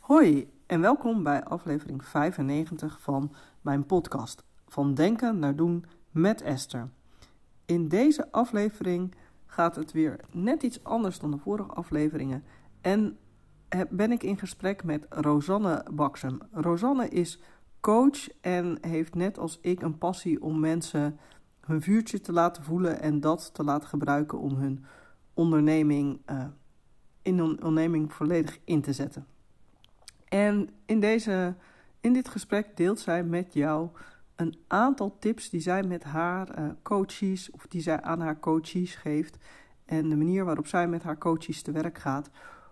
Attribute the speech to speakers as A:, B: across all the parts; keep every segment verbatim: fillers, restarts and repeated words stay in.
A: Hoi en welkom bij aflevering vijfennegentig van mijn podcast Van Denken naar Doen met Esther. In deze aflevering gaat het weer net iets anders dan de vorige afleveringen en ben ik in gesprek met Rosanne Baksem. Rosanne is coach en heeft net als ik een passie om mensen hun vuurtje te laten voelen en dat te laten gebruiken om hun onderneming, uh, in hun onderneming volledig in te zetten. En in, deze, in dit gesprek deelt zij met jou een aantal tips die zij met haar uh, coaches, of die zij aan haar coaches geeft. En de manier waarop zij met haar coaches te werk gaat.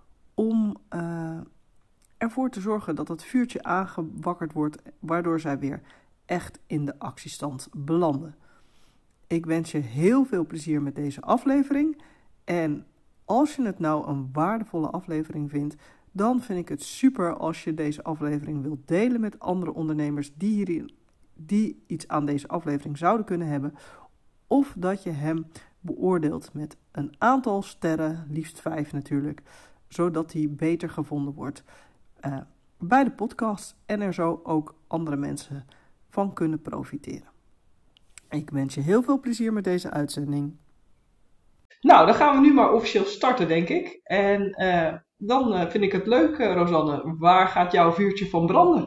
A: Om uh, ervoor te zorgen dat het vuurtje aangewakkerd wordt, waardoor zij weer echt in de actiestand belanden. Ik wens je heel veel plezier met deze aflevering. En als je het nou een waardevolle aflevering vindt, dan vind ik het super als je deze aflevering wilt delen met andere ondernemers die, hierin, die iets aan deze aflevering zouden kunnen hebben. Of dat je hem beoordeelt met een aantal sterren, liefst vijf natuurlijk, zodat hij beter gevonden wordt uh, bij de podcast en er zo ook andere mensen van kunnen profiteren. Ik wens je heel veel plezier met deze uitzending. Nou, dan gaan we nu maar officieel starten, denk ik. En uh, dan uh, vind ik het leuk, uh, Rosanne. Waar gaat jouw vuurtje van branden?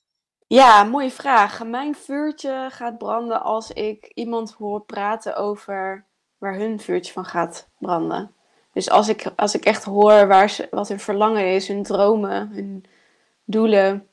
B: Ja, mooie vraag. Mijn vuurtje gaat branden als ik iemand hoor praten over waar hun vuurtje van gaat branden. Dus als ik, als ik echt hoor waar ze, wat hun verlangen is, hun dromen, hun doelen.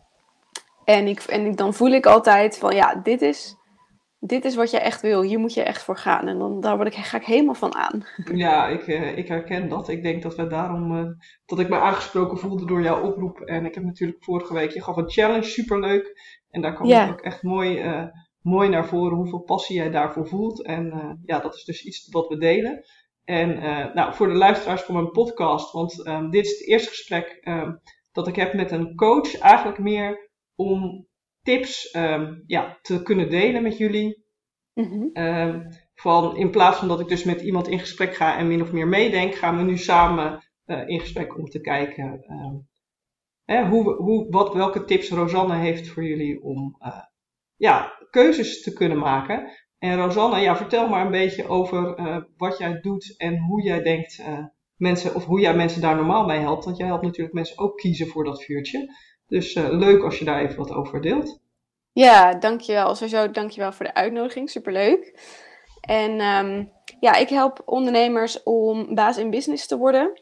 B: En, ik, en ik, dan voel ik altijd van ja, dit is, dit is wat je echt wil. Hier moet je echt voor gaan. En dan daar word ik, ga ik helemaal van aan.
A: Ja, ik, uh, ik herken dat. Ik denk dat we daarom, uh, dat ik me aangesproken voelde door jouw oproep. En ik heb natuurlijk vorige week, je gaf een challenge, superleuk. En daar kwam
B: Ja.
A: het ook echt mooi, uh, mooi naar voren hoeveel passie jij daarvoor voelt. En uh, ja, dat is dus iets wat we delen. En uh, nou, voor de luisteraars van mijn podcast, want um, dit is het eerste gesprek um, dat ik heb met een coach. Eigenlijk meer om tips um, ja, te kunnen delen met jullie.
B: Mm-hmm.
A: Um, van in plaats van dat ik dus met iemand in gesprek ga en min of meer meedenk, gaan we nu samen uh, in gesprek om te kijken um, hè, hoe, hoe, wat, welke tips Rosanne heeft voor jullie om uh, ja, keuzes te kunnen maken. En Rosanne, ja, vertel maar een beetje over uh, wat jij doet en hoe jij denkt uh, mensen, of hoe jij mensen daar normaal mee helpt. Want jij helpt natuurlijk mensen ook kiezen voor dat vuurtje. Dus uh, leuk als je daar even wat over deelt.
B: Ja, dankjewel. Sowieso dankjewel voor de uitnodiging. Superleuk. En um, ja, ik help ondernemers om baas in business te worden.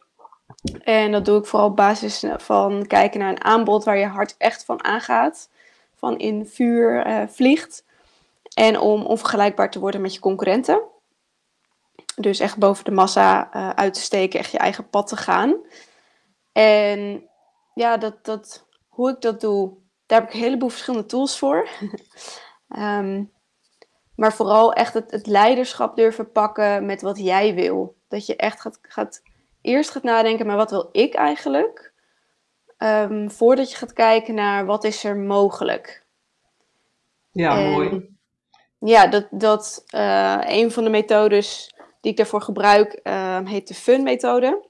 B: En dat doe ik vooral op basis van kijken naar een aanbod waar je hart echt van aangaat. Van in vuur uh, vliegt. En om onvergelijkbaar te worden met je concurrenten. Dus echt boven de massa uh, uit te steken, echt je eigen pad te gaan. En ja, dat, dat, hoe ik dat doe, daar heb ik een heleboel verschillende tools voor. um, maar vooral echt het, het leiderschap durven pakken met wat jij wil. Dat je echt gaat, gaat eerst gaat nadenken, maar wat wil ik eigenlijk? Um, voordat je gaat kijken naar wat is er mogelijk.
A: Ja,
B: en,
A: mooi.
B: Ja, dat, dat uh, een van de methodes die ik daarvoor gebruik uh, heet de fun-methode.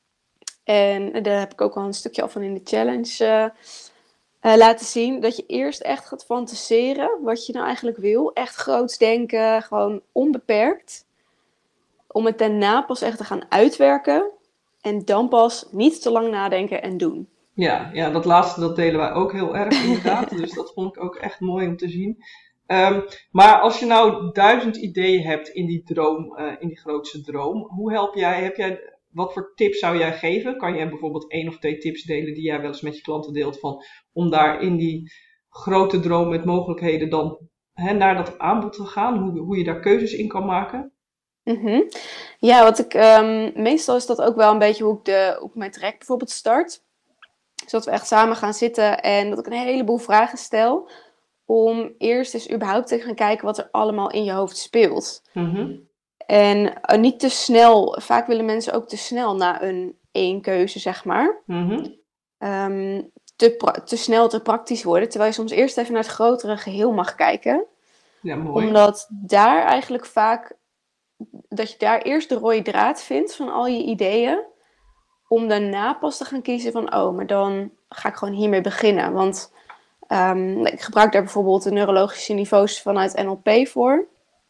B: En daar heb ik ook al een stukje al van in de challenge uh, uh, laten zien. Dat je eerst echt gaat fantaseren wat je nou eigenlijk wil. Echt groots denken, gewoon onbeperkt. Om het daarna pas echt te gaan uitwerken. En dan pas niet te lang nadenken en doen.
A: Ja, ja, dat laatste dat delen wij ook heel erg inderdaad. Dus dat vond ik ook echt mooi om te zien. Um, maar als je nou duizend ideeën hebt in die droom, uh, in die grootste droom. Hoe help jij, heb jij, wat voor tips zou jij geven? Kan je bijvoorbeeld één of twee tips delen die jij wel eens met je klanten deelt van, om daar in die grote droom met mogelijkheden dan hè, naar dat aanbod te gaan? Hoe, hoe je daar keuzes in kan maken?
B: Mm-hmm. Ja, wat ik um, meestal is dat ook wel een beetje hoe ik, de, hoe ik mijn traject bijvoorbeeld start. Dus dat we echt samen gaan zitten en dat ik een heleboel vragen stel. Om eerst eens überhaupt te gaan kijken wat er allemaal in je hoofd speelt.
A: Mm-hmm.
B: En uh, niet te snel, vaak willen mensen ook te snel naar een één keuze, zeg maar.
A: Mm-hmm.
B: Um, te, pra- te snel te praktisch worden. Terwijl je soms eerst even naar het grotere geheel mag kijken.
A: Ja, mooi.
B: Omdat daar eigenlijk vaak, dat je daar eerst de rode draad vindt van al je ideeën. om daarna pas te gaan kiezen van, oh, maar dan ga ik gewoon hiermee beginnen. Want um, ik gebruik daar bijvoorbeeld de neurologische niveaus vanuit N L P voor.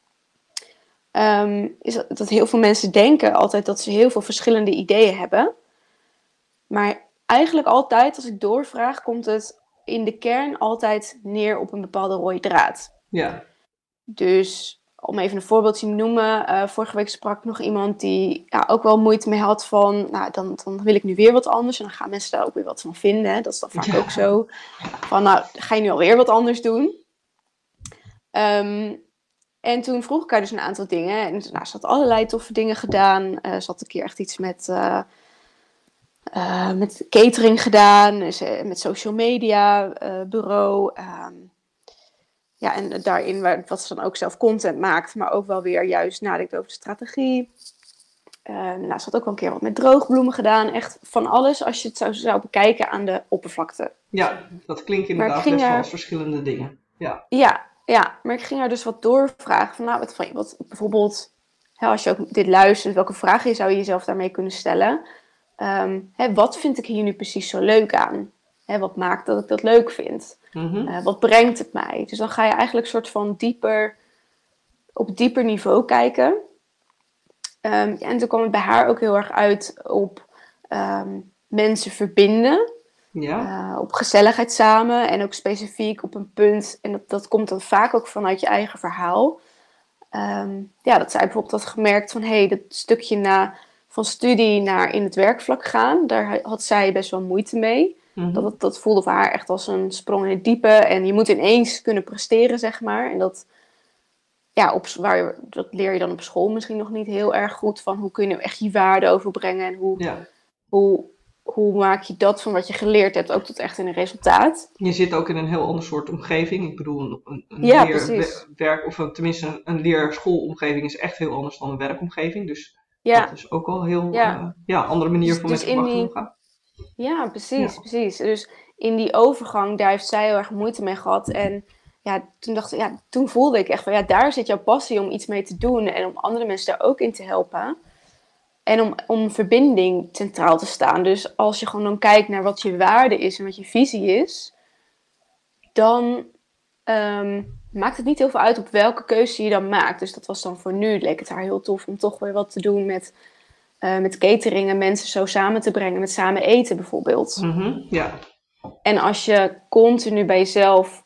B: Um, is dat, dat heel veel mensen denken altijd dat ze heel veel verschillende ideeën hebben. Maar eigenlijk altijd, als ik doorvraag, komt het in de kern altijd neer op een bepaalde rode draad.
A: Ja.
B: Dus om even een voorbeeldje te noemen. Uh, vorige week sprak nog iemand die ja, ook wel moeite mee had van, nou, dan, dan wil ik nu weer wat anders. En dan gaan mensen daar ook weer wat van vinden. Hè? Dat is dan vaak ja. ook zo. Van, nou, ga je nu alweer wat anders doen? Um, en toen vroeg ik haar dus een aantal dingen. En nou, ze had allerlei toffe dingen gedaan. Uh, ze had een keer echt iets met, uh, uh, met catering gedaan. Dus, uh, met social media uh, bureau. Um, Ja, en daarin wat ze dan ook zelf content maakt, maar ook wel weer juist nadenkt over de strategie. Uh, nou, ze had ook wel een keer wat met droogbloemen gedaan. Echt van alles als je het zou, zou bekijken aan de oppervlakte.
A: Ja, dat klinkt inderdaad best wel als verschillende dingen. Ja.
B: Ja, ja, maar ik ging haar dus wat doorvragen. Van, nou, wat, wat, bijvoorbeeld, hè, als je ook dit luistert, welke vragen zou je jezelf daarmee kunnen stellen? Um, hè, wat vind ik hier nu precies zo leuk aan? Hè, wat maakt dat ik dat leuk vind? Mm-hmm. Uh, wat brengt het mij? Dus dan ga je eigenlijk soort van dieper, op dieper niveau kijken. Um, ja, en toen kwam het bij haar ook heel erg uit op um, mensen verbinden.
A: Ja.
B: Uh, op gezelligheid samen en ook specifiek op een punt. En dat, dat komt dan vaak ook vanuit je eigen verhaal. Um, ja, dat zij bijvoorbeeld had gemerkt van, hé, hey, dat stukje na, van studie naar in het werkvlak gaan, daar had zij best wel moeite mee. Mm-hmm. Dat, dat voelde voor haar echt als een sprong in het diepe. En je moet ineens kunnen presteren, zeg maar. En dat, ja, op, waar, dat leer je dan op school misschien nog niet heel erg goed. Van hoe kun je echt je waarde overbrengen. En hoe,
A: ja.
B: hoe, hoe maak je dat van wat je geleerd hebt ook tot echt in een resultaat.
A: Je zit ook in een heel ander soort omgeving. Ik bedoel, een, een
B: ja,
A: leerwerk, of een, tenminste een leerschoolomgeving is echt heel anders dan een werkomgeving. Dus
B: ja.
A: dat is ook wel een heel
B: ja.
A: uh, ja, andere manier
B: dus,
A: van
B: dus
A: met verwachting
B: die...
A: omgaan.
B: Ja, precies,
A: ja.
B: precies. Dus in die overgang, daar heeft zij heel erg moeite mee gehad. En ja, toen dacht ik, ja, toen voelde ik echt van, ja, daar zit jouw passie om iets mee te doen. En om andere mensen daar ook in te helpen. En om, om verbinding centraal te staan. Dus als je gewoon dan kijkt naar wat je waarde is en wat je visie is, dan um, maakt het niet heel veel uit op welke keuze je dan maakt. Dus dat was dan voor nu, leek het haar heel tof om toch weer wat te doen met... Uh, met catering en mensen zo samen te brengen. Met samen eten bijvoorbeeld.
A: Mm-hmm, ja.
B: En als je continu bij jezelf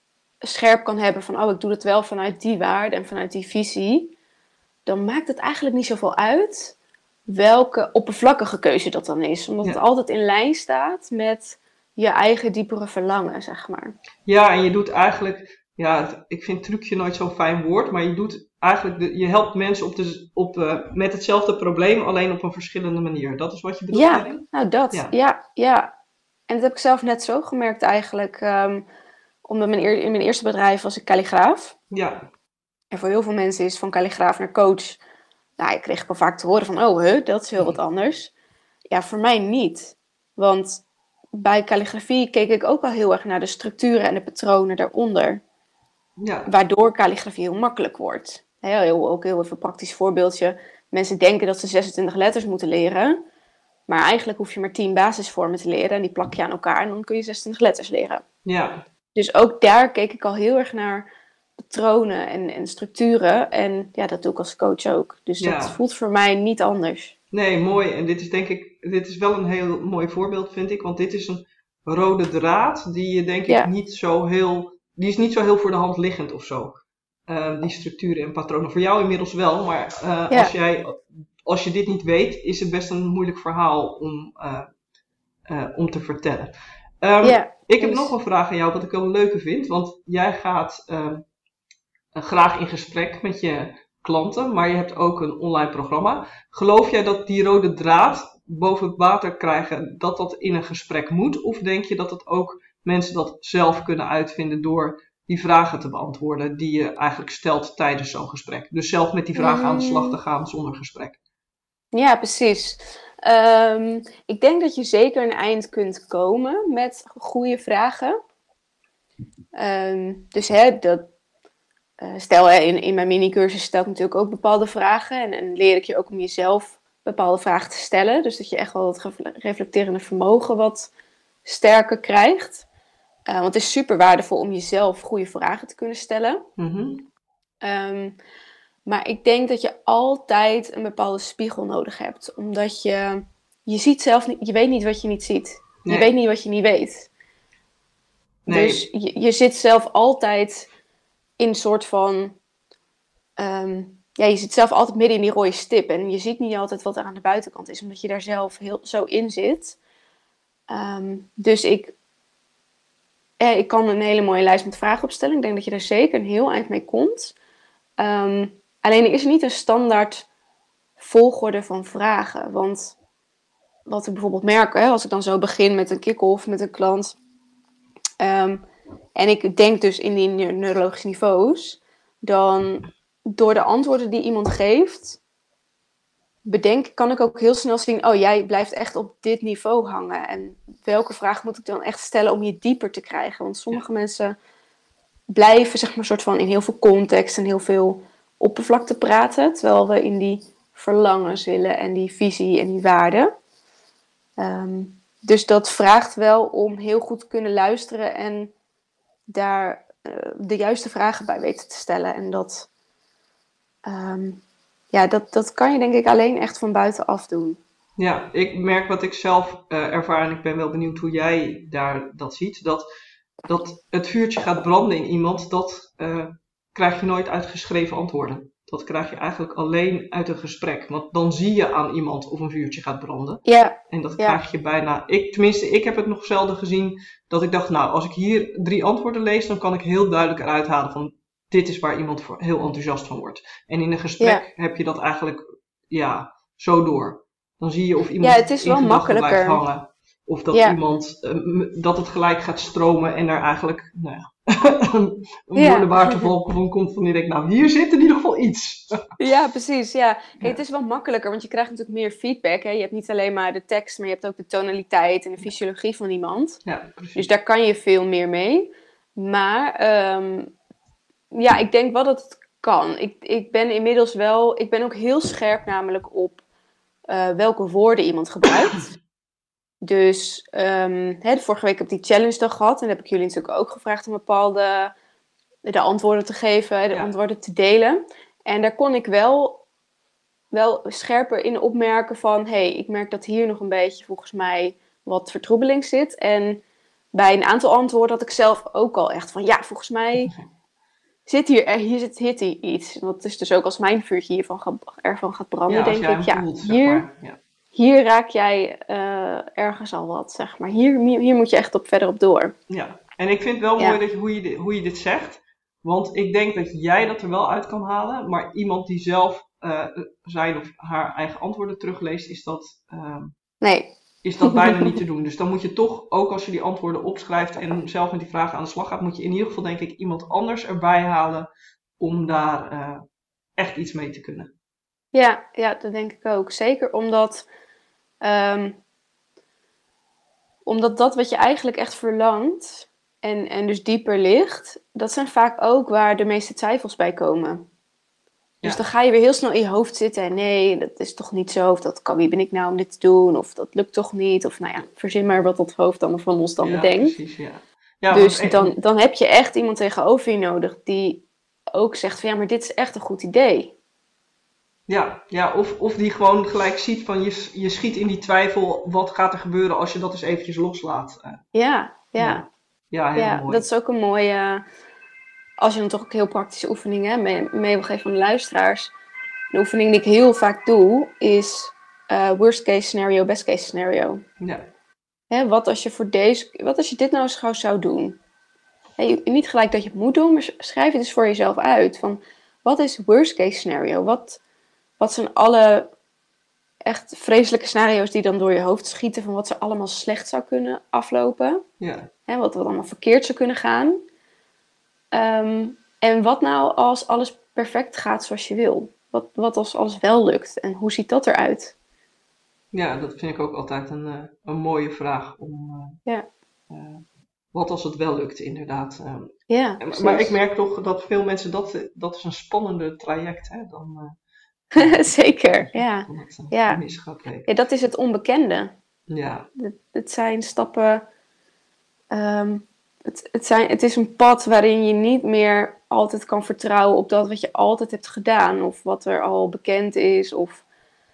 B: scherp kan hebben van... oh, ik doe het wel vanuit die waarde en vanuit die visie... dan maakt het eigenlijk niet zoveel uit... welke oppervlakkige keuze dat dan is. Omdat ja. het altijd in lijn staat met je eigen diepere verlangen, zeg maar.
A: Ja, en je doet eigenlijk... Ja, ik vind trucje nooit zo'n fijn woord... maar je doet... Eigenlijk, de, je helpt mensen op de, op, uh, met hetzelfde probleem, alleen op een verschillende manier. Dat is wat je bedoelt?
B: Ja, nou dat. Ja. ja, ja. En dat heb ik zelf net zo gemerkt eigenlijk. Um, omdat mijn eer, in mijn eerste bedrijf was ik kalligraaf.
A: Ja.
B: En voor heel veel mensen is van kalligraaf naar coach... Nou, ik kreeg al vaak te horen van, oh, huh, dat is heel wat anders. Ja, voor mij niet. Want bij kalligrafie keek ik ook wel heel erg naar de structuren en de patronen daaronder.
A: Ja.
B: Waardoor kalligrafie heel makkelijk wordt. Heel, heel, ook heel even een praktisch voorbeeldje. Mensen denken dat ze zesentwintig letters moeten leren. Maar eigenlijk hoef je maar tien basisvormen te leren. En die plak je aan elkaar en dan kun je zesentwintig letters leren.
A: Ja.
B: Dus ook daar keek ik al heel erg naar patronen en, en structuren. En ja, dat doe ik als coach ook. Dus
A: ja.
B: dat voelt voor mij niet anders.
A: Nee, mooi. En dit is denk ik, dit is wel een heel mooi voorbeeld, vind ik. Want dit is een rode draad die je denk ik ja. niet zo heel... Die is niet zo heel voor de hand liggend of zo. Uh, die structuren en patronen. Voor jou inmiddels wel, maar uh, ja. als, jij, als je dit niet weet, is het best een moeilijk verhaal om, uh, uh, om te vertellen. Um, ja, ik heb dus... nog een vraag aan jou, wat ik wel een leuke vind. Want jij gaat uh, uh, graag in gesprek met je klanten, maar je hebt ook een online programma. Geloof jij dat die rode draad boven het water krijgen, dat dat in een gesprek moet? Of denk je dat het ook mensen dat zelf kunnen uitvinden door die vragen te beantwoorden die je eigenlijk stelt tijdens zo'n gesprek? Dus zelf met die vragen mm. aan de slag te gaan zonder gesprek.
B: Ja, precies. Um, ik denk dat je zeker een eind kunt komen met goede vragen. Um, dus hè, dat, uh, stel hè, in, in mijn mini-cursus stel ik natuurlijk ook bepaalde vragen. En, en leer ik je ook om jezelf bepaalde vragen te stellen. Dus dat je echt wel het refle- reflecterende vermogen wat sterker krijgt. Uh, want het is super waardevol om jezelf goede vragen te kunnen stellen.
A: Mm-hmm.
B: Um, maar ik denk dat je altijd een bepaalde spiegel nodig hebt. Omdat je, je ziet zelf niet, je weet niet wat je niet ziet.
A: Nee.
B: Je weet niet wat je niet weet.
A: Nee.
B: Dus je, je zit zelf altijd in een soort van... Um, ja, je zit zelf altijd midden in die rode stip. En je ziet niet altijd wat er aan de buitenkant is. Omdat je daar zelf heel, zo in zit. Um, dus ik... Eh, ik kan een hele mooie lijst met vragen opstellen. Ik denk dat je daar zeker een heel eind mee komt. Um, alleen er is niet een standaard volgorde van vragen. Want wat we bijvoorbeeld merken, hè, als ik dan zo begin met een kick-off met een klant. Um, en ik denk dus in die neurologische niveaus. Dan door de antwoorden die iemand geeft, bedenk, kan ik ook heel snel zien, oh, jij blijft echt op dit niveau hangen. En welke vraag moet ik dan echt stellen om je dieper te krijgen? Want sommige ja. mensen blijven, zeg maar, soort van in heel veel context en heel veel oppervlakte praten, terwijl we in die verlangens willen en die visie en die waarden. Um, dus dat vraagt wel om heel goed te kunnen luisteren en daar uh, de juiste vragen bij weten te stellen. En dat... Um, Ja, dat, dat kan je denk ik alleen echt van buitenaf doen.
A: Ja, ik merk wat ik zelf uh, ervaar en ik ben wel benieuwd hoe jij daar dat ziet. Dat, dat het vuurtje gaat branden in iemand, dat uh, krijg je nooit uit geschreven antwoorden. Dat krijg je eigenlijk alleen uit een gesprek. Want dan zie je aan iemand of een vuurtje gaat branden.
B: Ja.
A: En dat
B: ja.
A: krijg je bijna... Ik, tenminste, ik heb het nog zelden gezien dat ik dacht, nou, als ik hier drie antwoorden lees, dan kan ik heel duidelijk eruit halen van... Dit is waar iemand voor heel enthousiast van wordt. En in een gesprek ja. heb je dat eigenlijk ja, zo door. Dan zie je of iemand
B: ja, het is
A: in
B: wel
A: gedachten
B: makkelijker.
A: blijft hangen. Of dat
B: ja.
A: iemand, uh, dat het gelijk gaat stromen en er eigenlijk nou ja, een
B: ja.
A: woordenbaartevolk van komt van die denkt, nou hier zit in ieder geval iets.
B: Ja, precies. Ja. Kijk,
A: ja.
B: Het is wel makkelijker, want je krijgt natuurlijk meer feedback. Hè? Je hebt niet alleen maar de tekst, maar je hebt ook de tonaliteit en de fysiologie van iemand.
A: Ja, precies.
B: Dus daar kan je veel meer mee. Maar... Um, Ja, ik denk wel dat het kan. Ik, ik ben inmiddels wel... Ik ben ook heel scherp namelijk op uh, welke woorden iemand gebruikt. Dus um, hè, vorige week heb ik die challenge dag gehad. En dan heb ik jullie natuurlijk ook gevraagd om bepaalde... de antwoorden te geven, de ja. antwoorden te delen. En daar kon ik wel, wel scherper in opmerken van... Hé, hey, ik merk dat hier nog een beetje volgens mij wat vertroebeling zit. En bij een aantal antwoorden had ik zelf ook al echt van... Ja, volgens mij... Zit hier, hier zit, zit hier iets. Dat is dus ook als mijn vuurtje hiervan gaat, ervan gaat branden,
A: ja,
B: denk ik. Ja,
A: voelt,
B: hier,
A: zeg maar. ja.
B: hier raak jij uh, ergens al wat, zeg maar. Hier, hier moet je echt op verder op door.
A: Ja, en ik vind het wel
B: ja.
A: mooi dat je, hoe, je dit, hoe je dit zegt. Want ik denk dat jij dat er wel uit kan halen. Maar iemand die zelf uh, zijn of haar eigen antwoorden terugleest, is dat... Uh,
B: nee.
A: is dat bijna niet te doen. Dus dan moet je toch, ook als je die antwoorden opschrijft en zelf met die vragen aan de slag gaat, moet je in ieder geval denk ik iemand anders erbij halen om daar uh, echt iets mee te kunnen.
B: Ja, ja, dat denk ik ook. Zeker omdat, um, omdat dat wat je eigenlijk echt verlangt en, en dus dieper ligt, dat zijn vaak ook waar de meeste twijfels bij komen. Dus ja. dan ga je weer heel snel in je hoofd zitten. En nee, dat is toch niet zo. Of dat kan, wie ben ik nou om dit te doen? Of dat lukt toch niet? Of nou ja, verzin maar wat dat hoofd dan van ons dan
A: ja,
B: bedenkt.
A: Precies, ja. Ja,
B: dus
A: want,
B: dan, dan heb je echt iemand tegenover je nodig die ook zegt van ja, maar dit is echt een goed idee.
A: Ja, ja of, of die gewoon gelijk ziet van je, je schiet in die twijfel. Wat gaat er gebeuren als je dat eens eventjes loslaat?
B: Ja, ja.
A: Ja, ja heel
B: ja
A: mooi.
B: Dat is ook een mooie... Als je dan toch ook heel praktische oefeningen mee, mee wil geven aan de luisteraars. De oefening die ik heel vaak doe is uh, worst case scenario, best case scenario.
A: Ja.
B: Hè, wat als je voor deze, wat als je dit nou eens gauw zou doen? Hè, niet gelijk dat je het moet doen, maar schrijf het eens voor jezelf uit. Van, wat is worst case scenario? Wat, wat zijn alle echt vreselijke scenario's die dan door je hoofd schieten van wat ze allemaal slecht zou kunnen aflopen?
A: Ja.
B: Hè, wat, wat allemaal verkeerd zou kunnen gaan? Um, en wat nou als alles perfect gaat zoals je wil? Wat, wat als alles wel lukt? En hoe ziet dat eruit?
A: Ja, dat vind ik ook altijd een, uh, een mooie vraag. Om, uh,
B: ja.
A: uh, wat als het wel lukt, inderdaad. Uh,
B: ja,
A: maar ik merk toch dat veel mensen, dat, dat is een spannender traject. Hè? Dan, uh, Ja,
B: Zeker, ja.
A: van het uh,
B: Ja.
A: misgat heeft.
B: Ja, dat is het onbekende.
A: Ja.
B: Het, het zijn stappen... Um, het, het, zijn, het is een pad waarin je niet meer altijd kan vertrouwen op dat wat je altijd hebt gedaan. Of wat er al bekend is. Of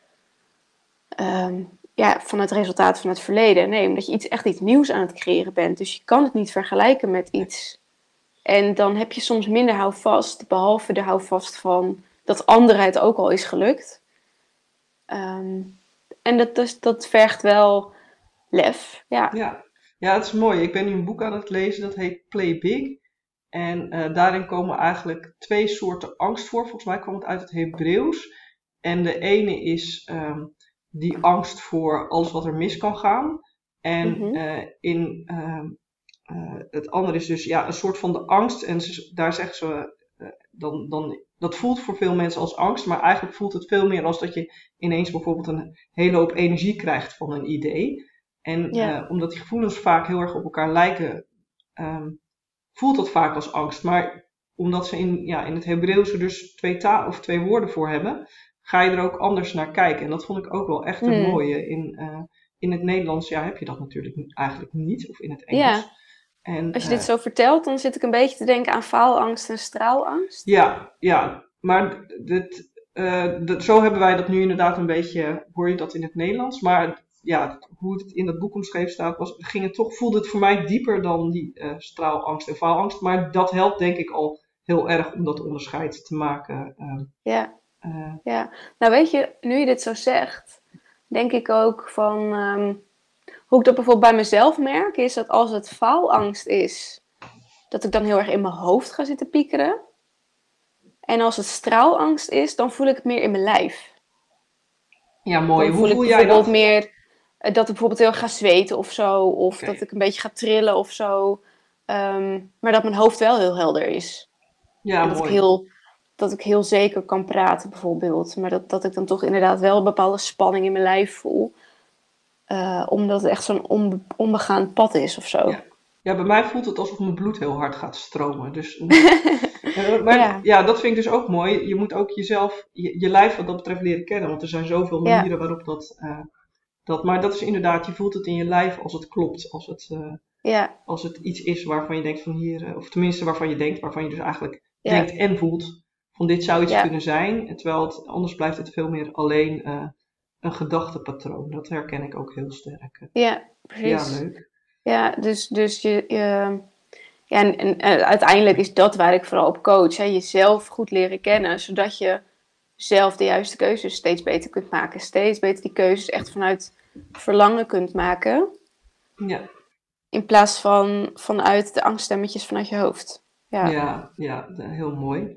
B: um, ja, van het resultaat van het verleden. Nee, omdat je iets, echt iets nieuws aan het creëren bent. Dus je kan het niet vergelijken met iets. En dan heb je soms minder houvast. Behalve de houvast van dat anderen het ook al is gelukt. Um, en dat, dus, dat vergt wel lef. Ja.
A: Ja. Ja, het is mooi. Ik ben nu een boek aan het lezen, dat heet Play Big. En uh, daarin komen eigenlijk twee soorten angst voor. Volgens mij kwam het uit het Hebreeuws. En de ene is um, die angst voor alles wat er mis kan gaan. En mm-hmm. uh, in, uh, uh, het andere is dus ja, een soort van de angst. En ze, daar zeggen ze, uh, dan, dan, dat voelt voor veel mensen als angst. Maar eigenlijk voelt het veel meer als dat je ineens bijvoorbeeld een hele hoop energie krijgt van een idee. En ja. uh, omdat die gevoelens vaak heel erg op elkaar lijken, um, voelt dat vaak als angst. Maar omdat ze in, ja, in het Hebreeuws er dus twee, ta- of twee woorden voor hebben, ga je er ook anders naar kijken. En dat vond ik ook wel echt een mm. mooie. In, uh, in het Nederlands ja, heb je dat natuurlijk eigenlijk niet, of in het Engels.
B: Ja. En, Als je uh, dit zo vertelt, dan zit ik een beetje te denken aan faalangst en straalangst.
A: Ja, ja. Maar dit, uh, dit, zo hebben wij dat nu inderdaad een beetje, hoor je dat in het Nederlands, maar... Ja, hoe het in dat boek omschreven staat, was, ging het toch, voelde het voor mij dieper dan die uh, straalangst en faalangst. Maar dat helpt denk ik al heel erg om dat onderscheid te maken. Uh,
B: ja. Uh, ja, nou weet je, nu je dit zo zegt, denk ik ook van, um, hoe ik dat bijvoorbeeld bij mezelf merk, is dat als het faalangst is, dat ik dan heel erg in mijn hoofd ga zitten piekeren. En als het straalangst is, dan voel ik het meer in mijn lijf.
A: Ja, mooi.
B: Dan
A: hoe
B: voel
A: voel
B: ik
A: jij dat?
B: Meer, dat ik bijvoorbeeld heel erg ga zweten of zo. Of okay. dat ik een beetje ga trillen of zo. Um, maar dat mijn hoofd wel heel helder is.
A: Ja,
B: en dat
A: mooi.
B: Ik heel, dat ik heel zeker kan praten bijvoorbeeld. Maar dat, dat ik dan toch inderdaad wel een bepaalde spanning in mijn lijf voel. Uh, omdat het echt zo'n onbe, onbegaand pad is of zo.
A: Ja. ja, bij mij voelt het alsof mijn bloed heel hard gaat stromen. Dus, uh, maar ja. ja, dat vind ik dus ook mooi. Je moet ook jezelf, je, je lijf wat dat betreft leren kennen. Want er zijn zoveel manieren ja. waarop dat... Uh, Dat, maar dat is inderdaad, je voelt het in je lijf als het klopt. Als het, uh,
B: ja.
A: als het iets is waarvan je denkt van hier, uh, of tenminste waarvan je denkt, waarvan je dus eigenlijk
B: ja.
A: denkt en voelt. Van dit zou iets
B: ja.
A: kunnen zijn. Terwijl het, anders blijft het veel meer alleen uh, een gedachtepatroon. Dat herken ik ook heel sterk.
B: Ja, precies.
A: Ja, leuk.
B: Ja, dus, dus je... je ja, en, en uh, uiteindelijk is dat waar ik vooral op coach. Hè? Jezelf goed leren kennen, zodat je zelf de juiste keuzes steeds beter kunt maken. Steeds beter die keuzes echt vanuit verlangen kunt maken.
A: Ja.
B: In plaats van vanuit de angststemmetjes vanuit je hoofd. Ja,
A: ja, ja heel mooi.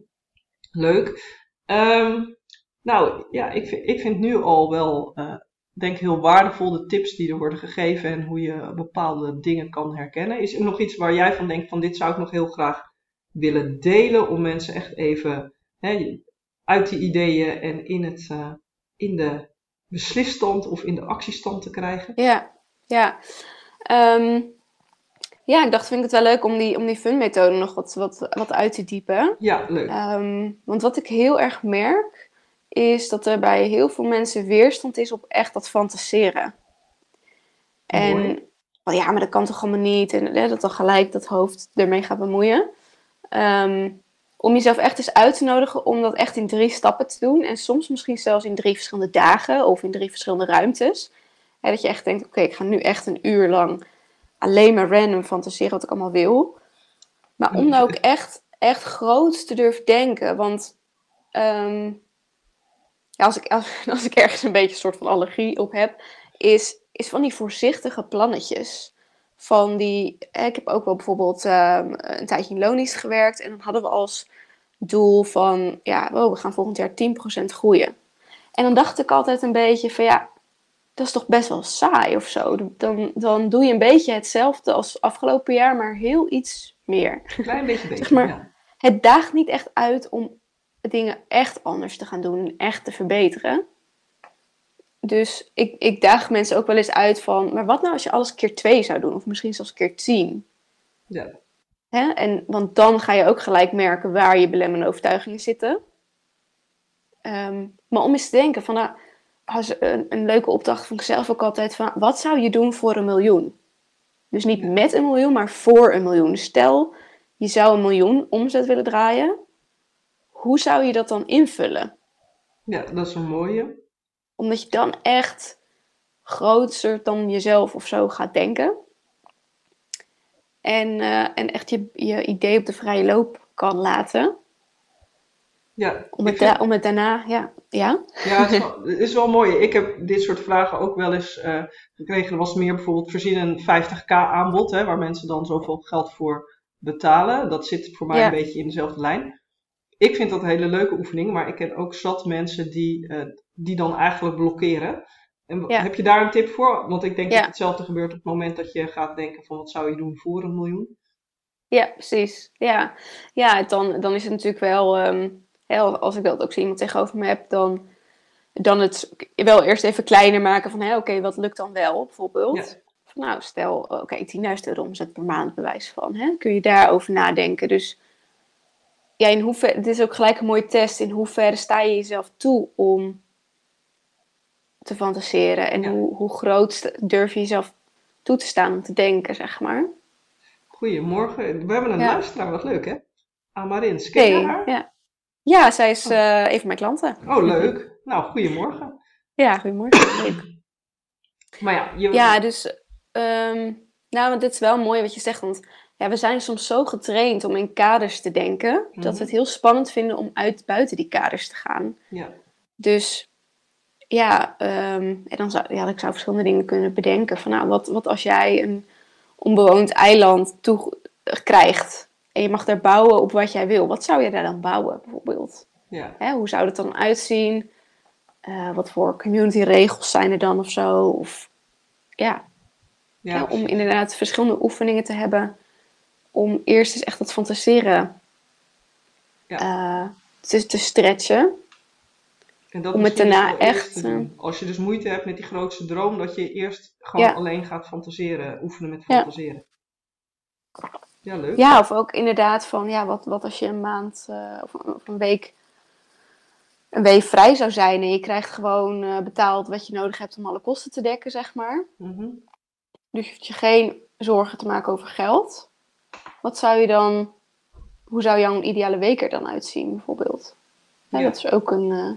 A: Leuk. Um, nou, ja, ik vind, ik vind nu al wel, uh, denk heel waardevol de tips die er worden gegeven en hoe je bepaalde dingen kan herkennen. Is er nog iets waar jij van denkt van dit zou ik nog heel graag willen delen om mensen echt even... Hè, uit die ideeën en in, het, uh, in de beslisstand of in de actiestand te krijgen?
B: Ja, ja. Um, ja, ik dacht, vind ik het wel leuk om die, om die fun-methode nog wat, wat, wat uit te diepen.
A: Ja, leuk.
B: Um, want wat ik heel erg merk, is dat er bij heel veel mensen weerstand is op echt dat fantaseren.
A: Mooi.
B: En, oh ja, maar dat kan toch allemaal niet? En hè, dat dan gelijk dat hoofd ermee gaat bemoeien. Um, Om jezelf echt eens uit te nodigen om dat echt in drie stappen te doen. En soms misschien zelfs in drie verschillende dagen of in drie verschillende ruimtes. Hè, dat je echt denkt, oké, okay, ik ga nu echt een uur lang alleen maar random fantaseren wat ik allemaal wil. Maar om nou ook echt, echt groot te durven denken. Want um, ja, als, ik, als, als ik ergens een beetje een soort van allergie op heb, is, is van die voorzichtige plannetjes. Van die, ik heb ook wel bijvoorbeeld um, een tijdje in loondienst gewerkt. En dan hadden we als doel van, ja, oh, we gaan volgend jaar tien procent groeien. En dan dacht ik altijd een beetje van, ja, dat is toch best wel saai of zo. Dan, dan doe je een beetje hetzelfde als afgelopen jaar, maar heel iets meer.
A: Een klein beetje beter,
B: zeg maar,
A: ja.
B: Het daagt niet echt uit om dingen echt anders te gaan doen en echt te verbeteren. Dus ik, ik daag mensen ook wel eens uit van... maar wat nou als je alles keer twee zou doen? Of misschien zelfs keer tien?
A: Ja.
B: Hè? En, want dan ga je ook gelijk merken waar je belemmerende overtuigingen zitten. Um, maar om eens te denken, van, nou, als een, een leuke opdracht vond ik zelf ook altijd van, wat zou je doen voor een miljoen? Dus niet
A: Ja.
B: met een miljoen, maar voor een miljoen. Dus stel, je zou een miljoen omzet willen draaien. Hoe zou je dat dan invullen?
A: Ja, dat is een mooie.
B: Omdat je dan echt groter dan jezelf of zo gaat denken. En, uh, en echt je, je idee op de vrije loop kan laten.
A: Ja,
B: om, het
A: vind...
B: da- om het daarna, ja. Ja,
A: ja het, is wel, het is wel mooi. Ik heb dit soort vragen ook wel eens uh, gekregen. Er was meer bijvoorbeeld voorzien een vijftig k aanbod, hè, waar mensen dan zoveel geld voor betalen. Dat zit voor mij
B: ja.
A: een beetje in dezelfde lijn. Ik vind dat een hele leuke oefening, maar ik ken ook zat mensen die, uh, die dan eigenlijk blokkeren. En
B: Ja.
A: heb je daar een tip voor? Want ik denk
B: Ja.
A: dat hetzelfde gebeurt op het moment dat je gaat denken van wat zou je doen voor een miljoen?
B: Ja, precies. Ja, ja dan, dan is het natuurlijk wel, um, heel, als ik dat ook zo iemand tegenover me heb, dan, dan het wel eerst even kleiner maken van, oké, okay, wat lukt dan wel, bijvoorbeeld?
A: Ja.
B: Van, nou, stel, oké, okay, tienduizend euro omzet per maand, bewijs van. Hè? Kun je daarover nadenken? Dus ja, in hoeverre, dit is ook gelijk een mooie test. In hoeverre sta je jezelf toe om te fantaseren? En
A: Ja.
B: hoe, hoe groot durf je jezelf toe te staan om te denken, zeg maar?
A: Goedemorgen. We hebben een
B: ja.
A: luisteraar, wat leuk hè? Amarins, ken je
B: hey,
A: haar?
B: Ja. ja, zij is uh, een van mijn klanten.
A: Oh, leuk. Nou, goedemorgen.
B: Ja, goedemorgen. Leuk.
A: Maar ja, je...
B: ja, dus um, nou, want dit is wel mooi wat je zegt, want ja, we zijn soms zo getraind om in kaders te denken, mm-hmm. dat we het heel spannend vinden om uit buiten die kaders te gaan.
A: Ja.
B: Dus ja, um, en dan zou, ja, ik zou verschillende dingen kunnen bedenken. Van nou, wat, wat als jij een onbewoond eiland toe krijgt en je mag daar bouwen op wat jij wil. Wat zou je daar dan bouwen, bijvoorbeeld?
A: Ja.
B: Hè, hoe zou het dan uitzien? Uh, wat voor community regels zijn er dan of zo? Of ja,
A: ja
B: ja om inderdaad verschillende oefeningen te hebben. Om eerst eens echt dat fantaseren ja. uh, te, te stretchen.
A: En dat
B: om het daarna echt...
A: Uh, als je dus moeite hebt met die grootste droom, dat je eerst gewoon ja. alleen gaat fantaseren. Oefenen met fantaseren.
B: Ja,
A: ja leuk.
B: Ja, of ook inderdaad van, ja, wat, wat als je een maand uh, of, of een week... een week vrij zou zijn en je krijgt gewoon uh, betaald wat je nodig hebt om alle kosten te dekken, zeg maar.
A: Mm-hmm.
B: Dus je hoeft je geen zorgen te maken over geld. Wat zou je dan, hoe zou jouw ideale week er dan uitzien, bijvoorbeeld? Ja, ja. Dat is ook een... Uh,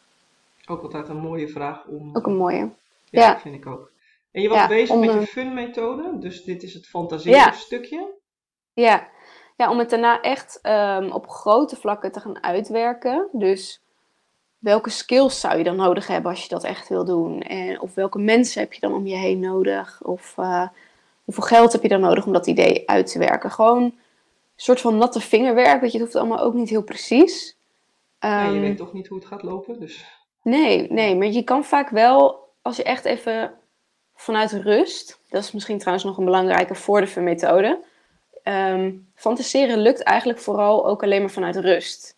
A: ook altijd een mooie vraag om...
B: Ook een mooie.
A: Ja,
B: ja.
A: Dat vind ik ook. En je was
B: ja,
A: bezig
B: om,
A: met
B: uh,
A: je fun-methode, dus dit is het fantaseren
B: ja.
A: stukje.
B: Ja. ja, om het daarna echt um, op grote vlakken te gaan uitwerken. Dus welke skills zou je dan nodig hebben als je dat echt wil doen? En, of welke mensen heb je dan om je heen nodig? Of uh, hoeveel geld heb je dan nodig om dat idee uit te werken? Gewoon een soort van natte vingerwerk. Weet je, het hoeft allemaal ook niet heel precies.
A: Um, ja, je weet toch niet hoe het gaat lopen, dus...
B: Nee, nee, maar je kan vaak wel, als je echt even vanuit rust... Dat is misschien trouwens nog een belangrijke voor de fun-methode... Um, fantaseren lukt eigenlijk vooral ook alleen maar vanuit rust.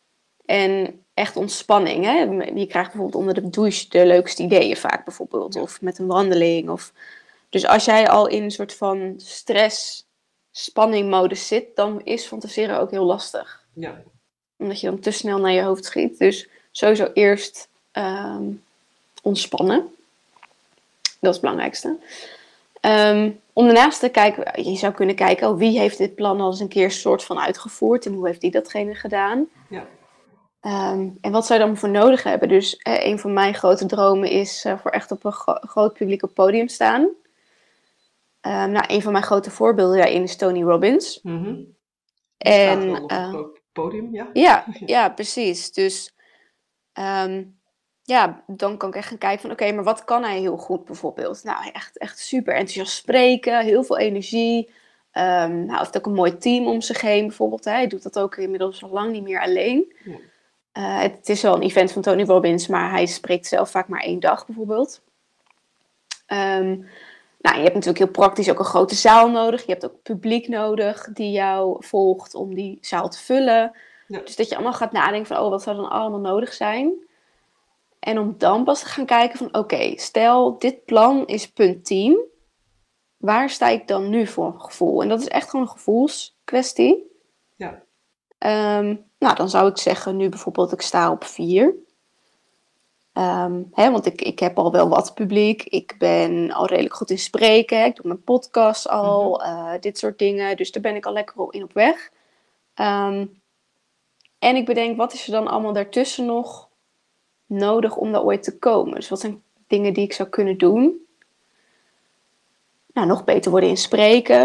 B: En echt ontspanning. Hè? Je krijgt bijvoorbeeld onder de douche de leukste ideeën vaak bijvoorbeeld. Ja. Of met een wandeling. Of... Dus als jij al in een soort van stress, spanning modus zit, dan is fantaseren ook heel lastig.
A: Ja.
B: Omdat je dan te snel naar je hoofd schiet. Dus sowieso eerst um, ontspannen. Dat is het belangrijkste. Um, om daarnaast te kijken, je zou kunnen kijken, oh, wie heeft dit plan al eens een keer soort van uitgevoerd en hoe heeft die datgene gedaan?
A: Ja.
B: Um, en wat zou je dan voor nodig hebben? Dus eh, een van mijn grote dromen is uh, voor echt op een gro- groot publiek op podium staan. Um, nou, een van mijn grote voorbeelden daarin is Tony Robbins.
A: Mm-hmm.
B: En
A: staat wel op
B: uh,
A: een groot podium, ja?
B: Ja, ja, precies. Dus um, ja, dan kan ik echt gaan kijken van, oké, okay, maar wat kan hij heel goed bijvoorbeeld? Nou, echt, echt super enthousiast spreken, heel veel energie. Um, nou, hij heeft ook een mooi team om zich heen bijvoorbeeld. Hè. Hij doet dat ook inmiddels al lang niet meer alleen. Ja. Uh, het, het is wel een event van Tony Robbins, maar hij spreekt zelf vaak maar één dag bijvoorbeeld. Um, nou, je hebt natuurlijk heel praktisch ook een grote zaal nodig. Je hebt ook publiek nodig die jou volgt om die zaal te vullen. Ja. Dus dat je allemaal gaat nadenken van, oh, wat zou dan allemaal nodig zijn? En om dan pas te gaan kijken van, oké, okay, stel dit plan is punt tien. Waar sta ik dan nu voor een gevoel? En dat is echt gewoon een gevoelskwestie.
A: Ja.
B: Um, nou, dan zou ik zeggen nu bijvoorbeeld ik sta op vier. Um, hè, want ik, ik heb al wel wat publiek. Ik ben al redelijk goed in spreken. Ik doe mijn podcast al.
A: Mhm.
B: Uh, dit soort dingen. Dus daar ben ik al lekker in op weg. Um, en ik bedenk, wat is er dan allemaal daartussen nog nodig om daar ooit te komen? Dus wat zijn dingen die ik zou kunnen doen? Nou, nog beter worden in spreken.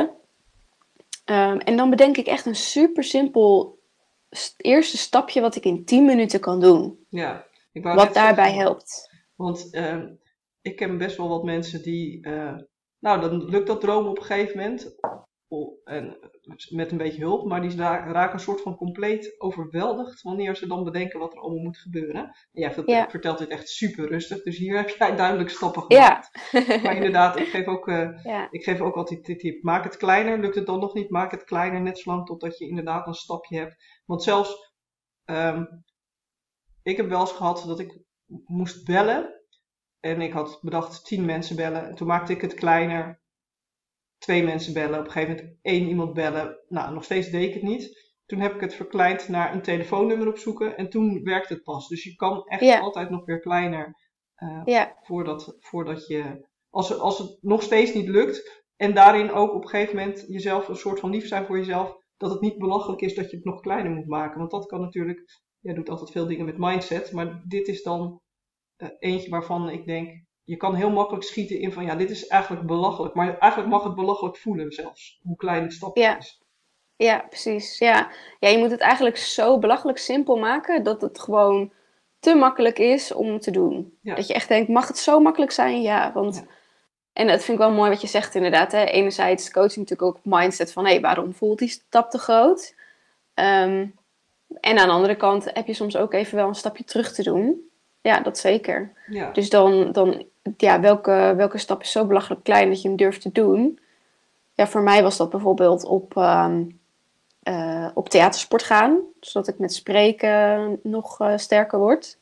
B: Um, en dan bedenk ik echt een super simpel st- eerste stapje wat ik in tien minuten kan doen.
A: Ja, ik wou
B: Wat
A: net
B: daarbij
A: zeggen,
B: helpt.
A: want uh, ik ken best wel wat mensen die, uh, nou dan lukt dat dromen op een gegeven moment, oh, en met een beetje hulp, maar die raken een soort van compleet overweldigd wanneer ze dan bedenken wat er allemaal moet gebeuren. En jij
B: Ja.
A: vertelt dit echt super rustig, dus hier heb jij duidelijk stappen gemaakt.
B: Ja.
A: Maar inderdaad, ik geef ook, uh,
B: ja.
A: ik geef ook altijd dit tip, maak het kleiner, lukt het dan nog niet, maak het kleiner, net zolang totdat je inderdaad een stapje hebt. Want zelfs, um, ik heb wel eens gehad dat ik moest bellen en ik had bedacht tien mensen bellen. En toen maakte ik het kleiner, twee mensen bellen, op een gegeven moment één iemand bellen. Nou, nog steeds deed ik het niet. Toen heb ik het verkleind naar een telefoonnummer opzoeken en toen werkte het pas. Dus je kan echt
B: Ja.
A: altijd nog weer kleiner uh,
B: ja.
A: voordat, voordat je, als het, als het nog steeds niet lukt en daarin ook op een gegeven moment jezelf een soort van lief zijn voor jezelf, dat het niet belachelijk is dat je het nog kleiner moet maken. Want dat kan natuurlijk, jij doet altijd veel dingen met mindset, maar dit is dan uh, eentje waarvan ik denk, je kan heel makkelijk schieten in van ja, dit is eigenlijk belachelijk. Maar eigenlijk mag het belachelijk voelen zelfs, hoe klein het stapje
B: ja.
A: is.
B: Ja, precies. Ja. ja, je moet het eigenlijk zo belachelijk simpel maken dat het gewoon te makkelijk is om te doen.
A: Ja.
B: Dat je echt denkt, mag het zo makkelijk zijn? Ja, want...
A: Ja.
B: En dat vind ik wel mooi wat je zegt inderdaad. Hè? Enerzijds coaching natuurlijk ook mindset van, hé, hey, waarom voelt die stap te groot? Um, en aan de andere kant heb je soms ook even wel een stapje terug te doen. Ja, dat zeker.
A: Ja.
B: Dus dan, dan ja, welke, welke stap is zo belachelijk klein dat je hem durft te doen? Ja, voor mij was dat bijvoorbeeld op, um, uh, op theatersport gaan. Zodat ik met spreken nog uh, sterker word.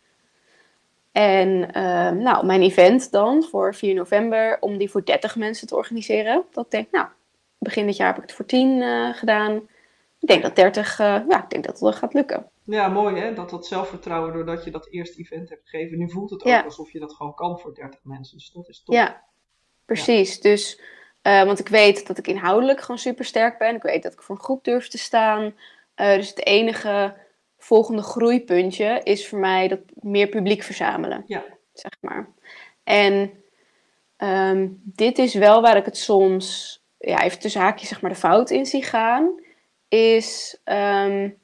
B: En uh, nou, mijn event dan voor vier november, om die voor dertig mensen te organiseren. Dat ik denk, nou, begin dit jaar heb ik het voor tien uh, gedaan. Ik denk dat dertig, uh, ja, ik denk dat het gaat lukken.
A: Ja, mooi hè, dat dat zelfvertrouwen doordat je dat eerste event hebt gegeven. Nu voelt het ook
B: ja.
A: alsof je dat gewoon kan voor dertig mensen, dus dat is top.
B: Ja, precies. Ja. Dus, uh, want ik weet dat ik inhoudelijk gewoon super sterk ben. Ik weet dat ik voor een groep durf te staan. Uh, dus het enige volgende groeipuntje is voor mij dat meer publiek verzamelen.
A: Ja.
B: Zeg maar. En um, dit is wel waar ik het soms, ja, even tussen haakjes zeg maar de fout in zie gaan. Is, um,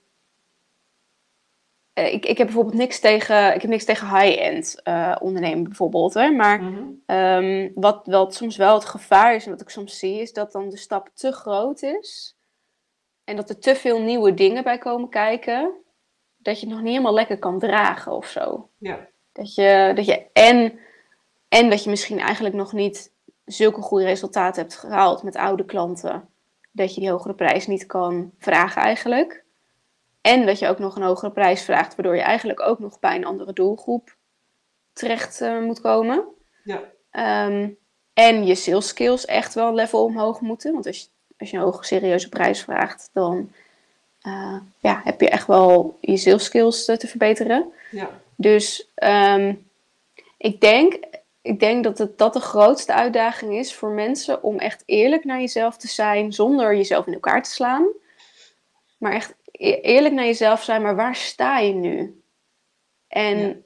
B: ik, ik heb bijvoorbeeld niks tegen, ik heb niks tegen high-end uh, ondernemen bijvoorbeeld. Hè? Maar
A: Mm-hmm.
B: um, wat, wat soms wel het gevaar is en wat ik soms zie, is dat dan de stap te groot is. En dat er te veel nieuwe dingen bij komen kijken. Dat je het nog niet helemaal lekker kan dragen of zo.
A: Ja.
B: Dat je, dat je en, en dat je misschien eigenlijk nog niet zulke goede resultaten hebt gehaald met oude klanten. Dat je die hogere prijs niet kan vragen eigenlijk. En dat je ook nog een hogere prijs vraagt, waardoor je eigenlijk ook nog bij een andere doelgroep terecht uh, moet komen.
A: Ja.
B: Um, en je sales skills echt wel een level omhoog moeten. Want als je, als je een hoge serieuze prijs vraagt, dan uh, ja, heb je echt wel je sales skills uh, te verbeteren.
A: Ja.
B: Dus um, ik denk, ik denk dat het, dat de grootste uitdaging is voor mensen om echt eerlijk naar jezelf te zijn, zonder jezelf in elkaar te slaan. Maar echt eerlijk naar jezelf zijn, maar waar sta je nu? En ja.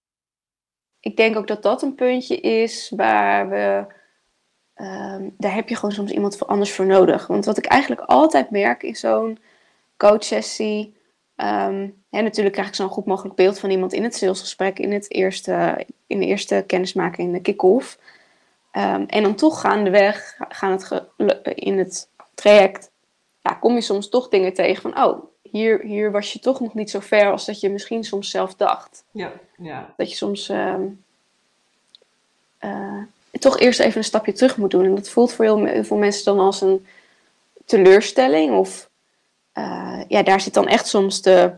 B: ik denk ook dat dat een puntje is waar we, um, daar heb je gewoon soms iemand anders voor nodig. Want wat ik eigenlijk altijd merk in zo'n coachsessie, um, en natuurlijk krijg ik zo'n goed mogelijk beeld van iemand in het salesgesprek, in, het eerste, in de eerste kennismaking, in de kick-off. Um, en dan toch gaandeweg, gaan het ge- in het traject, ja, kom je soms toch dingen tegen van, oh, hier, hier was je toch nog niet zo ver als dat je misschien soms zelf dacht.
A: Ja, ja.
B: Dat je soms um, uh, toch eerst even een stapje terug moet doen. En dat voelt voor heel, heel veel mensen dan als een teleurstelling. Of uh, ja, daar zit dan echt soms de,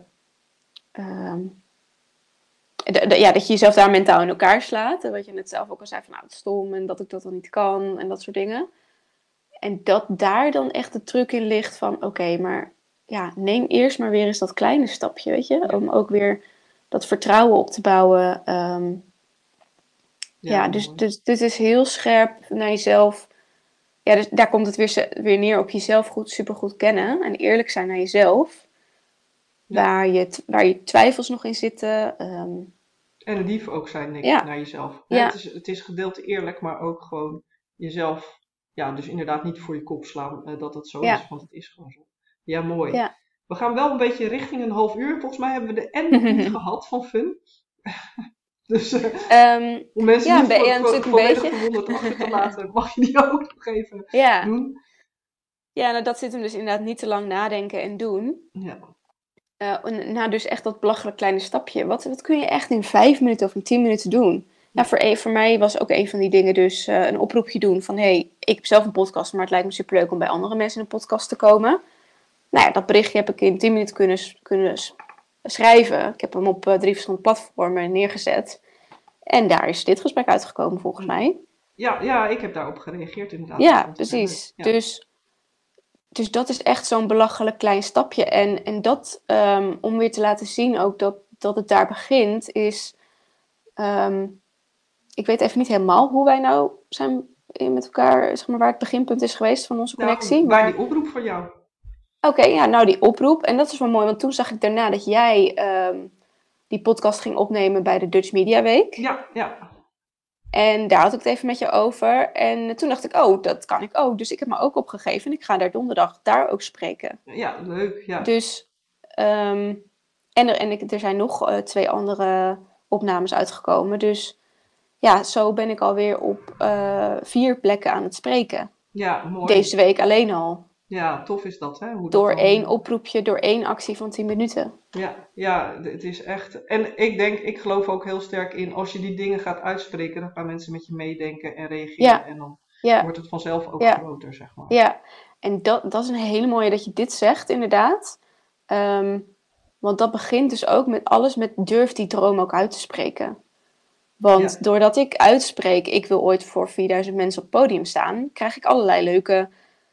B: um, de, de... Ja, dat je jezelf daar mentaal in elkaar slaat. En wat je net zelf ook al zei van, nou, het is stom en dat ik dat dan niet kan en dat soort dingen. En dat daar dan echt de truc in ligt van, oké, okay, maar ja, neem eerst maar weer eens dat kleine stapje, weet je. Om ook weer dat vertrouwen op te bouwen. Um,
A: Ja,
B: Ja,
A: heel
B: dus,
A: mooi.
B: dus dit is heel scherp naar jezelf. Ja, dus daar komt het weer, ze- weer neer op jezelf goed, supergoed kennen. En eerlijk zijn naar jezelf.
A: Ja.
B: Waar je, t- waar je twijfels nog in zitten. ehm,
A: En lief ook zijn, denk ik,
B: ja,
A: naar jezelf. Hè, het
B: ja,
A: is, het is gedeelte eerlijk, maar ook gewoon jezelf, ja, dus inderdaad niet voor je kop slaan eh, dat het zo is,
B: ja,
A: want het is gewoon zo. Ja, mooi.
B: ja.
A: We gaan wel een beetje richting een half uur. Volgens mij hebben we de en nog niet gehad van fun. Dus eh,
B: Ehm,
A: om mensen
B: ja, een
A: niet
B: be-
A: vo
B: ja,
A: vo
B: natuurlijk een
A: volledig
B: beetje.
A: verwonderd achter te laten, mag je die ook nog even
B: Ja,
A: doen.
B: ja, nou dat zit hem dus inderdaad niet te lang nadenken en doen.
A: Ja,
B: Eh, en- nou, dus echt dat belachelijk kleine stapje. Wat, wat kun je echt in vijf minuten of in tien minuten doen? Ja,
A: ja,
B: voor, een- voor mij was ook een van die dingen dus eh, een oproepje doen van... hey, ik heb zelf een podcast, maar het lijkt me superleuk om bij andere mensen in een podcast te komen. Nou ja, dat berichtje heb ik in tien minuten kunnen, s- kunnen s- schrijven. Ik heb hem op eh, drie verschillende platformen neergezet. En daar is dit gesprek uitgekomen volgens mij.
A: ja, ja, ik heb daarop gereageerd inderdaad. Ik
B: Ja,
A: vond het heel leuk.
B: precies.
A: Ja,
B: Dus, dus dat is echt zo'n belachelijk klein stapje. En, en dat, ehm, om weer te laten zien ook dat, dat het daar begint, is... ehm, ik weet even niet helemaal hoe wij nou zijn met elkaar, zeg maar, waar het beginpunt is geweest van onze
A: nou,
B: connectie.
A: bij
B: Maar
A: die oproep van jou.
B: oké, ja, nou die oproep. En dat is wel mooi, want toen zag ik daarna dat jij ehm, die podcast ging opnemen bij de Dutch Media Week.
A: Ja, ja,
B: En daar had ik het even met je over. En toen dacht ik, oh, dat kan ik ook. Dus ik heb me ook opgegeven en ik ga daar donderdag daar ook spreken.
A: ja, leuk, ja.
B: Dus, ehm, en, er, en ik, er zijn nog eh, twee andere opnames uitgekomen. Dus ja, zo ben ik alweer op eh, vier plekken aan het spreken.
A: Ja, mooi.
B: Deze week alleen al.
A: Ja, tof is dat, hè? Hoe dat
B: Door
A: dan...
B: één oproepje, door één actie van tien minuten.
A: Ja, ja, d- het is echt... En ik denk, ik geloof ook heel sterk in, als je die dingen gaat uitspreken, dan gaan mensen met je meedenken en reageren.
B: Ja,
A: En dan
B: ja,
A: wordt het vanzelf ook
B: ja,
A: groter, zeg maar.
B: ja. En dat, dat is een hele mooie dat je dit zegt, inderdaad. Ehm, want dat begint dus ook met alles met durf die droom ook uit te spreken. Want
A: Ja,
B: doordat ik uitspreek, ik wil ooit voor vierduizend mensen op het podium staan, krijg ik allerlei leuke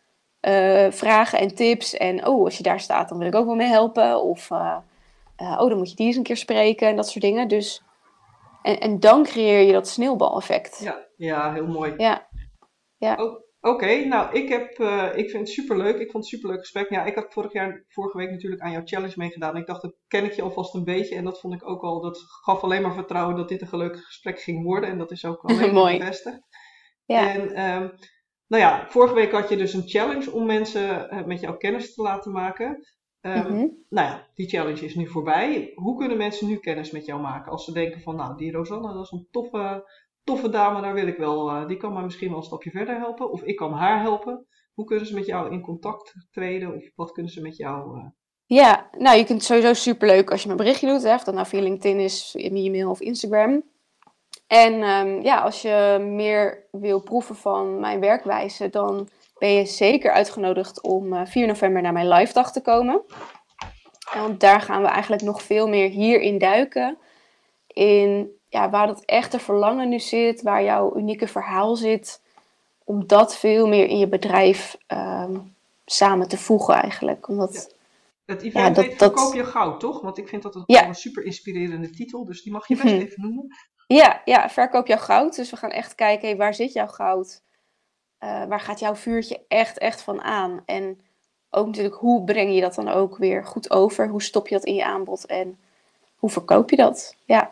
B: eh, vragen en tips. En oh, als je daar staat, dan wil ik ook wel mee helpen. Of uh, uh, oh, dan moet je die eens een keer spreken en dat soort dingen. Dus, en, en dan creëer je dat sneeuwbaleffect.
A: ja, ja, heel mooi.
B: Ja, ja.
A: O- Oké, nou, ik, heb, eh, ik vind het superleuk. Ik vond het een superleuk gesprek. Ja, ik had vorig jaar, vorige week natuurlijk aan jouw challenge meegedaan. Ik dacht, dat ken ik je alvast een beetje. En dat vond ik ook al, dat gaf alleen maar vertrouwen dat dit een leuk gesprek ging worden. En dat is ook alleen maar
B: Mooi.
A: bevestigd.
B: Ja.
A: En ehm, nou ja, vorige week had je dus een challenge om mensen eh, met jou kennis te laten maken. Ehm,
B: Mhm.
A: Nou ja, die challenge is nu voorbij. Hoe kunnen mensen nu kennis met jou maken? Als ze denken van, nou, die Rosanne, dat is een toffe, toffe dame, daar wil ik wel, eh, die kan mij misschien wel een stapje verder helpen. Of ik kan haar helpen. Hoe kunnen ze met jou in contact treden? Of wat kunnen ze met jou... eh,
B: Ja, nou, je kunt het sowieso superleuk als je me een berichtje doet. Hè, of dat nou via LinkedIn is, via e-mail of Instagram. En um, ja, als je meer wil proeven van mijn werkwijze, dan ben je zeker uitgenodigd om uh, vier november naar mijn live dag te komen. En want daar gaan we eigenlijk nog veel meer hierin duiken. In ja, waar dat echte verlangen nu zit, waar jouw unieke verhaal zit. Om dat veel meer in je bedrijf um, samen te voegen eigenlijk. Omdat,
A: ja. Het event
B: ja, dat,
A: heet Verkoop
B: dat...
A: je goud, toch? Want ik vind dat een,
B: ja.
A: een super inspirerende titel, dus die mag je best even noemen.
B: Ja, ja, verkoop jouw goud. Dus we gaan echt kijken, hey, waar zit jouw goud? Uh, waar gaat jouw vuurtje echt, echt van aan? En ook natuurlijk, hoe breng je dat dan ook weer goed over? Hoe stop je dat in je aanbod? En hoe verkoop je dat? Ja.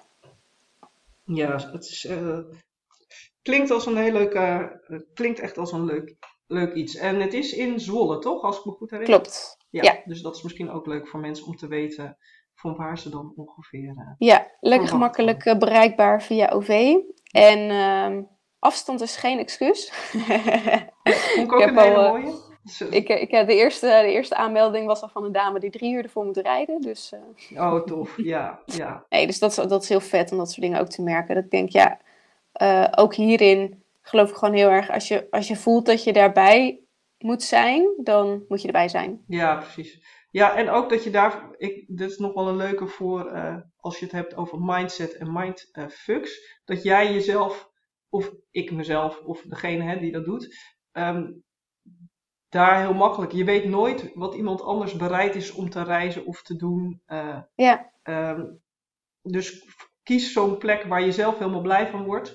A: Ja, het is, uh, klinkt als een heel leuk, uh, klinkt echt als een leuk, leuk iets. En het is in Zwolle, toch? Als ik me goed herinner.
B: Klopt.
A: Ja,
B: ja.
A: Dus dat is misschien ook leuk voor mensen om te weten van waar ze dan ongeveer... Uh,
B: ja, lekker gemakkelijk uh, bereikbaar via O V. En uh, afstand is geen excuus.
A: Ja, vond ik ook ik een hele al, mooie.
B: Ik, ik, de, eerste, de eerste aanmelding was al van een dame die drie uur ervoor moet rijden. Dus, uh...
A: Oh, tof. Ja, ja.
B: Nee, dus dat, dat is heel vet om dat soort dingen ook te merken. Dat ik denk, ja, uh, ook hierin geloof ik gewoon heel erg. Als je, als je voelt dat je daarbij moet zijn, dan moet je erbij zijn.
A: Ja, precies. Ja, en ook dat je daar, ik, dit is nog wel een leuke voor, uh, als je het hebt over mindset en mindfucks. Dat jij jezelf, of ik mezelf, of degene hè, die dat doet, um, daar heel makkelijk. Je weet nooit wat iemand anders bereid is om te reizen of te doen. Uh,
B: ja.
A: Um, dus kies zo'n plek waar je zelf helemaal blij van wordt.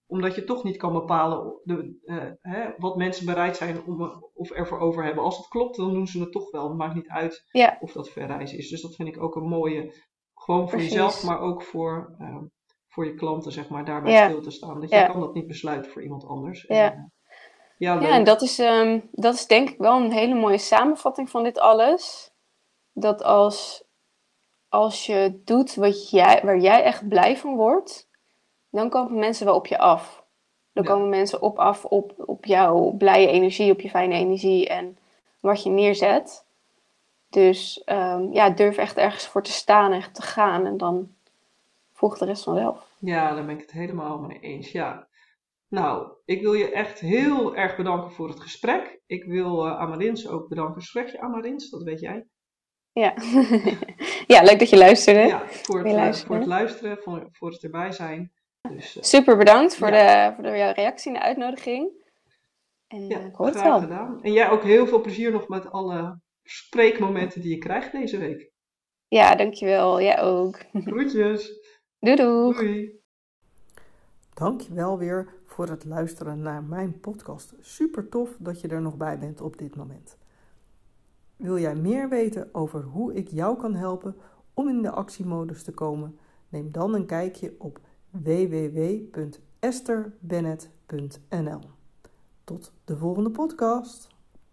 A: omdat je toch niet kan bepalen de, uh, hè, wat mensen bereid zijn om, of ervoor over hebben. Als het klopt, dan doen ze het toch wel. Het maakt niet uit
B: ja.
A: of dat verreizen is. Dus dat vind ik ook een mooie, gewoon voor
B: Precies.
A: jezelf, maar ook voor, uh, voor je klanten, zeg maar, daarbij
B: ja.
A: stil te staan. Dat
B: ja.
A: je kan dat niet besluiten voor iemand anders.
B: Ja,
A: en, uh, ja,
B: ja, en dat is, um, dat is denk ik wel een hele mooie samenvatting van dit alles. Dat als, als je doet wat jij, waar jij echt blij van wordt, dan komen mensen wel op je af. Dan
A: Ja.
B: komen mensen op af op, op jouw blije energie, op je fijne energie en wat je neerzet. Dus um, ja, durf echt ergens voor te staan en te gaan en dan volgt de rest vanzelf.
A: Ja, daar ben ik het helemaal mee eens, ja. Nou, ik wil je echt heel erg bedanken voor het gesprek. Ik wil uh, Amarins ook bedanken. Spreek je Amarins? Dat weet jij.
B: Ja, ja, leuk dat je luisterde.
A: Ja, voor het,
B: je
A: uh, voor het luisteren, voor, voor het erbij zijn. Dus, uh,
B: super bedankt voor,
A: ja.
B: de, voor de, jouw reactie en de uitnodiging. En
A: ja,
B: uh, ik hoor
A: graag
B: het wel.
A: gedaan. En jij ook heel veel plezier nog met alle spreekmomenten die je krijgt deze week.
B: Ja, dankjewel. Jij ook.
A: Groetjes.
B: Doei doei.
A: Doei. Dankjewel weer voor het luisteren naar mijn podcast. Super tof dat je er nog bij bent op dit moment. Wil jij meer weten over hoe ik jou kan helpen om in de actiemodus te komen? Neem dan een kijkje op w w w punt esther bennet punt n l. Tot de volgende podcast.